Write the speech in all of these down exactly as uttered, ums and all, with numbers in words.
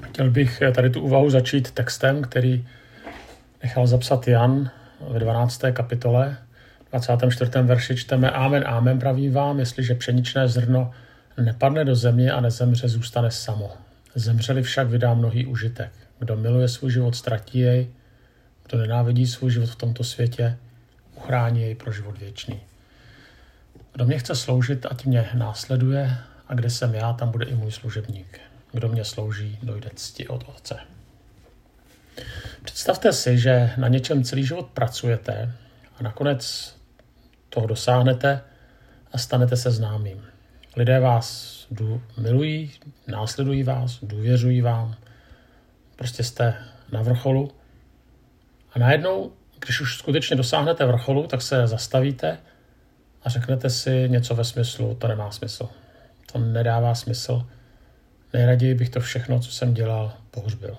Chtěl bych tady tu úvahu začít textem, který nechal zapsat Jan ve dvanácté kapitole. V dvacátém čtvrtém verši čteme: Amen, amen, pravím vám, jestliže pšeničné zrno nepadne do země a nezemře, zůstane samo. Zemřeli však vydá mnohý užitek. Kdo miluje svůj život, ztratí jej. Kdo nenávidí svůj život v tomto světě, uchrání jej pro život věčný. Kdo mě chce sloužit, ať mě následuje, a kde jsem já, tam bude i můj služebník. Kdo mě slouží, dojde cti od Otce. Představte si, že na něčem celý život pracujete a nakonec toho dosáhnete a stanete se známým. Lidé vás dů, milují, následují vás, důvěřují vám, prostě jste na vrcholu a najednou, když už skutečně dosáhnete vrcholu, tak se zastavíte a řeknete si něco ve smyslu: to nemá smysl, to nedává smysl, nejraději bych to všechno, co jsem dělal, pohřbil.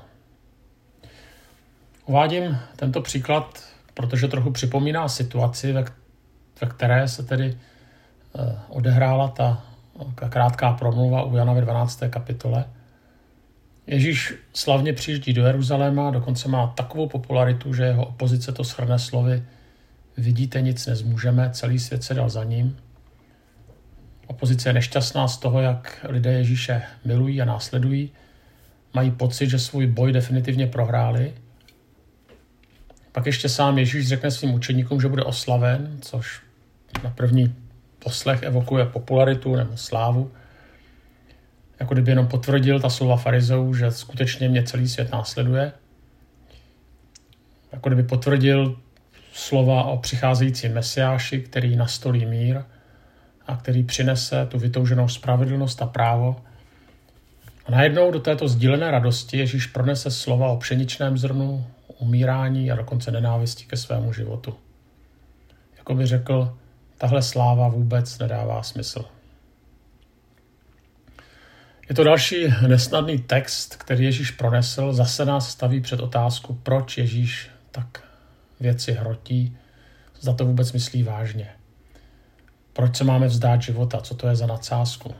Uvádím tento příklad, protože trochu připomíná situaci, ve, ve které se tedy eh, odehrála ta krátká promluva u Jana ve dvanácté kapitole. Ježíš slavně přijíždí do Jeruzaléma, dokonce má takovou popularitu, že jeho opozice to shrne slovy: vidíte, nic nezmůžeme, celý svět se dal za ním. Opozice je nešťastná z toho, jak lidé Ježíše milují a následují. Mají pocit, že svůj boj definitivně prohráli. Pak ještě sám Ježíš řekne svým učeníkům, že bude oslaven, což na první poslech evokuje popularitu nebo slávu. Jako kdyby jenom potvrdil ta slova farizeů, že skutečně mě celý svět následuje. Jako kdyby potvrdil slova o přicházejícím Mesiáši, který nastolí mír a který přinese tu vytouženou spravedlnost a právo. A najednou do této sdílené radosti Ježíš pronese slova o pšeničném zrnu, umírání a dokonce nenávisti ke svému životu. Jako by řekl: tahle sláva vůbec nedává smysl. Je to další nesnadný text, který Ježíš pronesl. Zase nás staví před otázku, proč Ježíš tak věci hrotí, zda to vůbec myslí vážně. Proč se máme vzdát života, co to je za nadsázku.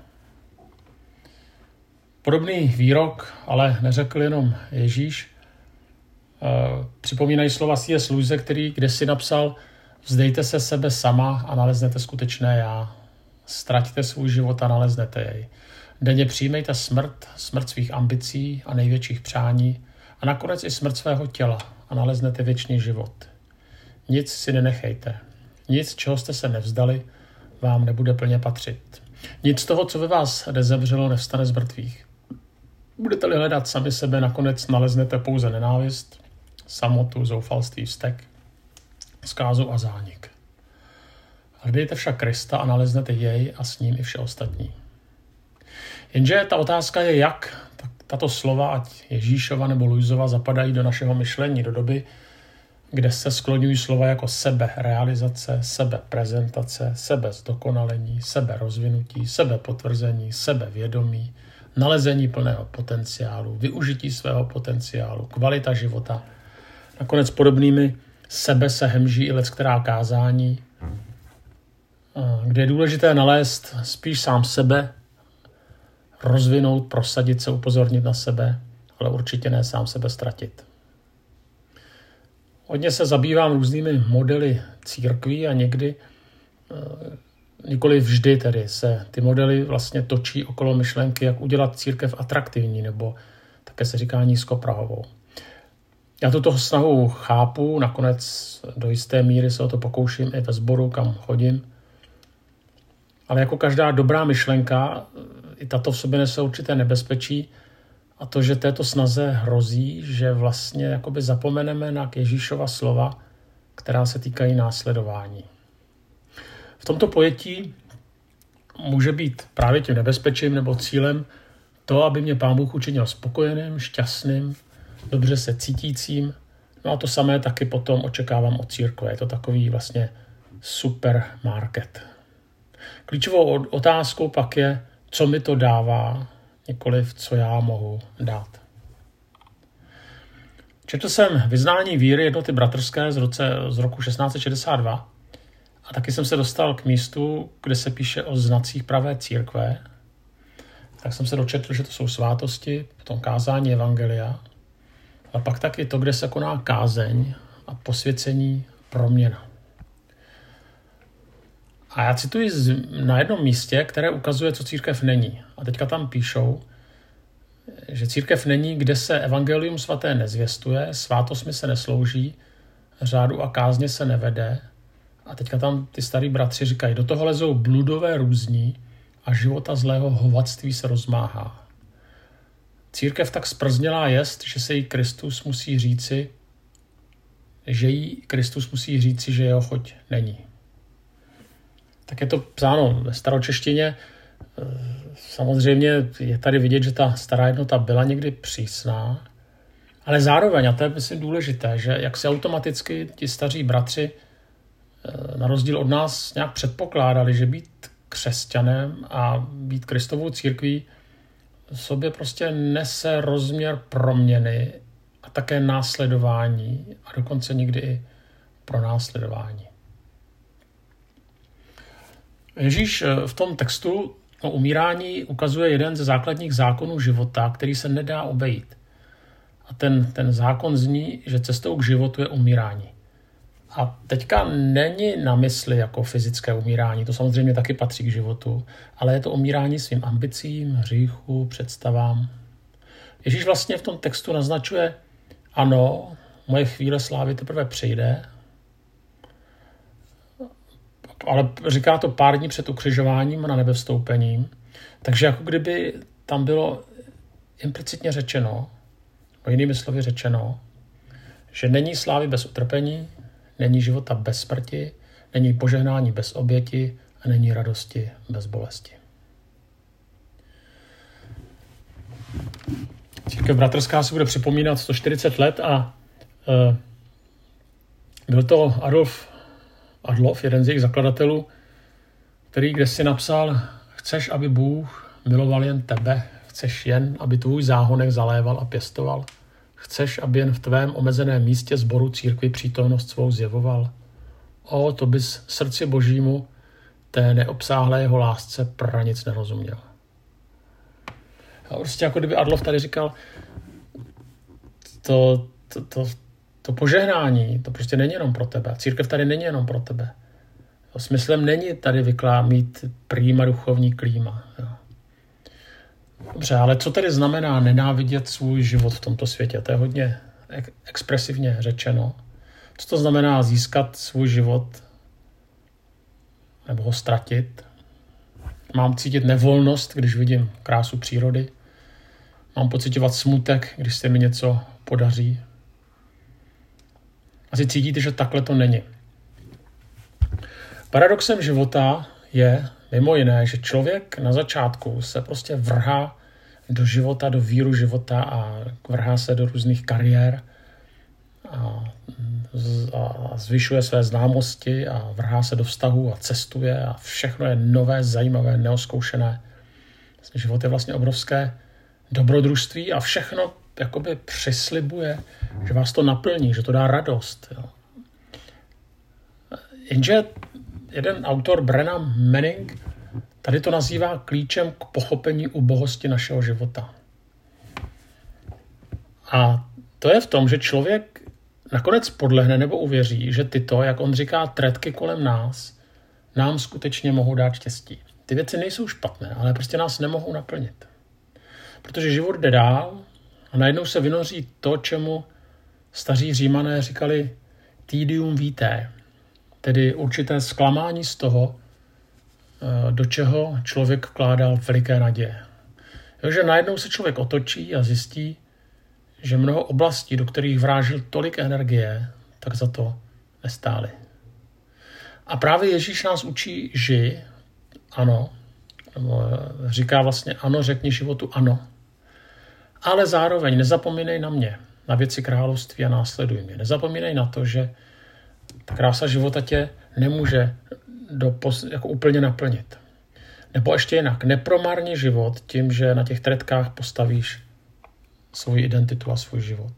Podobný výrok ale neřekl jenom Ježíš. E, připomínají slova C S Lewise, který kdesi napsal: vzdejte se sebe sama a naleznete skutečné já. Ztraťte svůj život a naleznete jej. Denně přijmejte smrt, smrt svých ambicí a největších přání a nakonec i smrt svého těla a naleznete věčný život. Nic si nenechejte. Nic, čeho jste se nevzdali, vám nebude plně patřit. Nic z toho, co ve vás nezemřelo, nevstane z mrtvých. Budete-li hledat sami sebe, nakonec naleznete pouze nenávist, samotu, zoufalství, vztek, zkázu a zánik. Hledejte však Krista a naleznete jej a s ním i vše ostatní. Jenže ta otázka je, jak tato slova, ať Ježíšova nebo Luisova, zapadají do našeho myšlení, do doby, kde se skloňují slova jako seberealizace, sebeprezentace, sebezdokonalení, seberozvinutí, sebepotvrzení, sebevědomí, nalezení plného potenciálu, využití svého potenciálu, kvalita života. Nakonec podobnými sebe se hemží i leckterá kázání, kde je důležité nalézt spíš sám sebe, rozvinout, prosadit se, upozornit na sebe, ale určitě ne sám sebe ztratit. Hodně se zabývám různými modely církví a někdy, nikoli vždy tedy, se ty modely vlastně točí okolo myšlenky, jak udělat církev atraktivní, nebo také se říká nízkoprahovou. Já tuto snahu chápu, nakonec do jisté míry se o to pokouším i ve sboru, kam chodím. Ale jako každá dobrá myšlenka, i tato v sobě nese určité nebezpečí, a to, že této snaze hrozí, že vlastně jakoby zapomeneme na Ježíšova slova, která se týkají následování. V tomto pojetí může být právě tím nebezpečím nebo cílem to, aby mě Pán Bůh učinil spokojeným, šťastným, dobře se cítícím. No a to samé taky potom očekávám od církve. Je to takový vlastně supermarket. Klíčovou otázkou pak je, co mi to dává, nikoliv co já mohu dát. Četl jsem Vyznání víry jednoty bratrské z, roce, z roku šestnáct set šedesát dva a taky jsem se dostal k místu, kde se píše o znacích pravé církve. tak jsem se dočetl, že to jsou svátosti, potom kázání evangelia, a pak taky to, kde se koná kázeň a posvěcení, proměna. A já cituji na jednom místě, které ukazuje, co církev není. A teďka tam píšou, že církev není, kde se evangelium svaté nezvěstuje, svátostmi se neslouží, řádu a kázně se nevede. A teďka tam ty starý bratři říkají, do toho lezou bludové různí a života zlého hovadství se rozmáhá. Církev tak sprznělá jest, že se jí Kristus musí říci, že jí Kristus musí říci, že jeho choť není. Tak je to psáno ve staročeštině. Samozřejmě je tady vidět, že ta stará jednota byla někdy přísná, ale zároveň, a to je myslím důležité, že jak se automaticky ti staří bratři na rozdíl od nás nějak předpokládali, že být křesťanem a být Kristovou církví v sobě prostě nese rozměr proměny a také následování a dokonce někdy i pronásledování. Ježíš v tom textu o umírání ukazuje jeden ze základních zákonů života, který se nedá obejít. A ten, ten zákon zní, že cestou k životu je umírání. A teďka není na mysli jako fyzické umírání, to samozřejmě taky patří k životu, ale je to umírání svým ambicím, hříchu, představám. Ježíš vlastně v tom textu naznačuje, ano, moje chvíle slávy teprve přijde, ale říká to pár dní před ukřižováním a na nebevstoupením, takže jako kdyby tam bylo implicitně řečeno, o jinými slovy řečeno, že není slávy bez utrpení, není života bez smrti, není požehnání bez oběti a není radosti bez bolesti. Církev bratrská si bude připomínat sto čtyřicet let a e, byl to Adolf Adlof, jeden z jejich zakladatelů, který kdesi napsal, chceš, aby Bůh miloval jen tebe, chceš jen, aby tvůj záhonek zaléval a pěstoval. Chceš, aby jen v tvém omezeném místě sboru církvi přítomnost svou zjevoval? O, to bys srdci božímu, té neobsáhlé jeho lásce pranic nerozuměl. A prostě jako kdyby Adolf tady říkal, to, to, to, to požehnání, to prostě není jenom pro tebe. Církev tady není jenom pro tebe. Smyslem není tady vyklá mít prýma duchovní klíma. Jo. Dobře, ale co tedy znamená nenávidět svůj život v tomto světě? To je hodně expresivně řečeno. Co to znamená získat svůj život nebo ho ztratit? Mám cítit nevolnost, když vidím krásu přírody? Mám pociťovat smutek, když se mi něco podaří? Asi cítíte, že takhle to není. Paradoxem života je mimo jiné, že člověk na začátku se prostě vrhá do života, do víru života a vrhá se do různých kariér a, a zvyšuje své známosti a vrhá se do vztahu a cestuje a všechno je nové, zajímavé, neozkoušené. Život je vlastně obrovské dobrodružství a všechno jakoby přislibuje, že vás to naplní, že to dá radost. Jo. Jenže jeden autor, Brennan Manning, tady to nazývá klíčem k pochopení ubohosti našeho života. A to je v tom, že člověk nakonec podlehne nebo uvěří, že tyto, jak on říká, tretky kolem nás, nám skutečně mohou dát štěstí. Ty věci nejsou špatné, ale prostě nás nemohou naplnit. Protože život jde dál a najednou se vynoří to, čemu staří Římané říkali tedium vitae, tedy určité zklamání z toho, do čeho člověk vkládal veliké naděje. Takže najednou se člověk otočí a zjistí, že mnoho oblastí, do kterých vrážil tolik energie, tak za to nestály. A právě Ježíš nás učí ži, ano, nebo říká vlastně ano, řekni životu ano. Ale zároveň nezapomínej na mě, na věci království a následuj mě. Nezapomínej na to, že ta krása života tě nemůže do, jako úplně naplnit. Nebo ještě jinak, nepromarni život tím, že na těch tretkách postavíš svoji identitu a svůj život.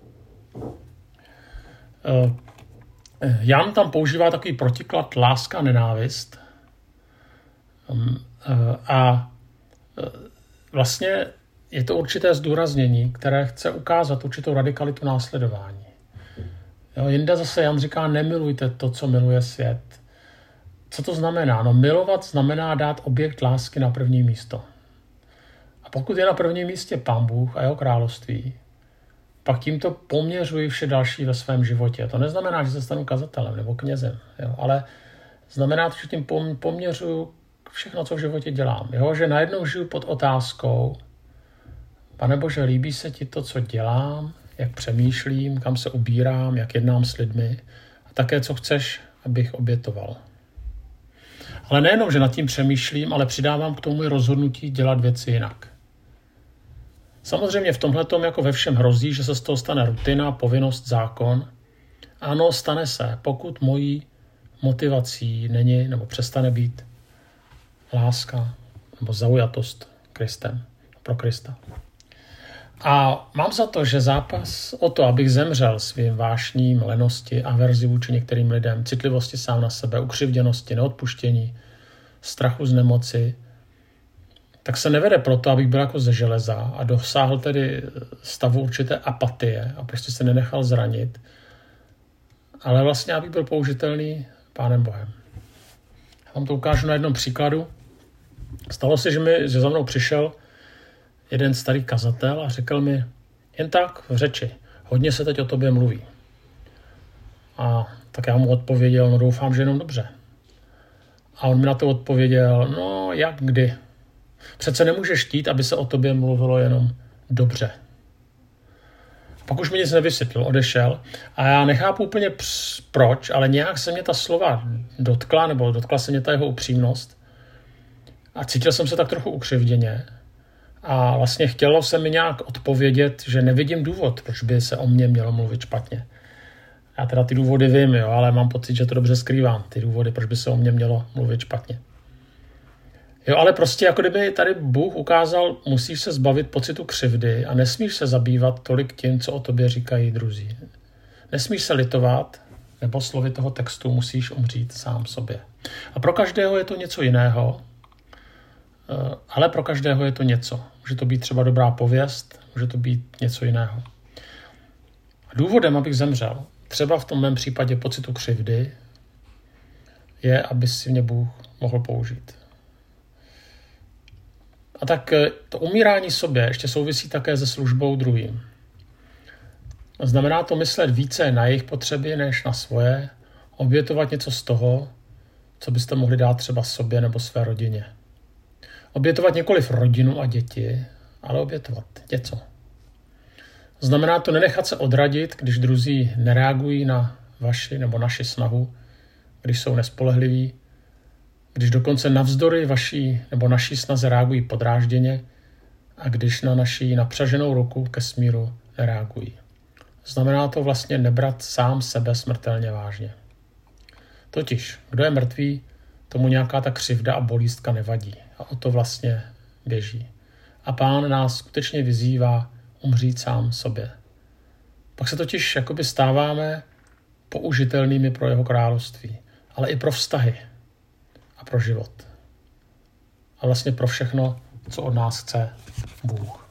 Jan tam používá takový protiklad láska a nenávist. A vlastně je to určité zdůraznění, které chce ukázat určitou radikalitu následování. Jo, jinde zase Jan říká, nemilujte to, co miluje svět. Co to znamená? No milovat znamená dát objekt lásky na první místo. A pokud je na prvním místě Pán Bůh a jeho království, pak tímto poměřuji vše další ve svém životě. To neznamená, že se stanu kazatelem nebo knězem, jo? Ale znamená to, že tím poměřuju všechno, co v životě dělám. Jo? Že najednou žiju pod otázkou, Pane Bože, líbí se ti to, co dělám, jak přemýšlím, kam se ubírám, jak jednám s lidmi a také, co chceš, abych obětoval. Ale nejenom, že nad tím přemýšlím, ale přidávám k tomu i rozhodnutí dělat věci jinak. Samozřejmě v tomhletom jako ve všem hrozí, že se z toho stane rutina, povinnost, zákon. Ano, stane se, pokud mojí motivací není nebo přestane být láska nebo zaujatost Kristem, pro Krista. A mám za to, že zápas o to, abych zemřel svým vášním, lenosti, averzi vůči některým lidem, citlivosti sám na sebe, ukřivděnosti, neodpuštění, strachu z nemoci, tak se nevede proto, abych byl jako ze železa a dosáhl tedy stavu určité apatie a prostě se nenechal zranit, ale vlastně abych byl použitelný Pánem Bohem. Já vám to ukážu na jednom příkladu. Stalo se, že, mi, že za mnou přišel jeden starý kazatel a řekl mi, jen tak v řeči, hodně se teď o tobě mluví. A tak já mu odpověděl, no doufám, že jenom dobře. A on mi na to odpověděl, no jak kdy. Přece nemůžeš chtít, aby se o tobě mluvilo jenom dobře. Pak už mi nic nevysvětlil, odešel a já nechápu úplně proč, ale nějak se mě ta slova dotkla, nebo dotkla se mě ta jeho upřímnost a cítil jsem se tak trochu ukřivděně a vlastně chtělo se mi nějak odpovědět, že nevidím důvod, proč by se o mně mělo mluvit špatně. Já teda ty důvody vím, jo, ale mám pocit, že to dobře skrývám, ty důvody, proč by se o mně mělo mluvit špatně. Jo, ale prostě jako kdyby tady Bůh ukázal, musíš se zbavit pocitu křivdy a nesmíš se zabývat tolik tím, co o tobě říkají druzí. Nesmíš se litovat, nebo slovy toho textu musíš umřít sám sobě. A pro každého je to něco jiného, ale pro každého je to něco. Může to být třeba dobrá pověst, může to být něco jiného. A důvodem, abych zemřel, třeba v tom mém případě pocitu křivdy, je, aby si mě Bůh mohl použít. A tak to umírání sobě ještě souvisí také se službou druhým. Znamená to myslet více na jejich potřeby, než na svoje, obětovat něco z toho, co byste mohli dát třeba sobě nebo své rodině. Obětovat nikoliv rodinu a děti, ale obětovat něco. Znamená to nenechat se odradit, když druzí nereagují na vaši nebo naši snahu, když jsou nespolehliví, když dokonce navzdory vaší nebo naší snaze reagují podrážděně a když na naší napřaženou ruku ke smíru nereagují. Znamená to vlastně nebrat sám sebe smrtelně vážně. Totiž, kdo je mrtvý, tomu nějaká ta křivda a bolístka nevadí. A o to vlastně běží. A Pán nás skutečně vyzývá umřít sám sobě. Pak se totiž jakoby stáváme použitelnými pro jeho království, ale i pro vztahy a pro život. A vlastně pro všechno, co od nás chce Bůh.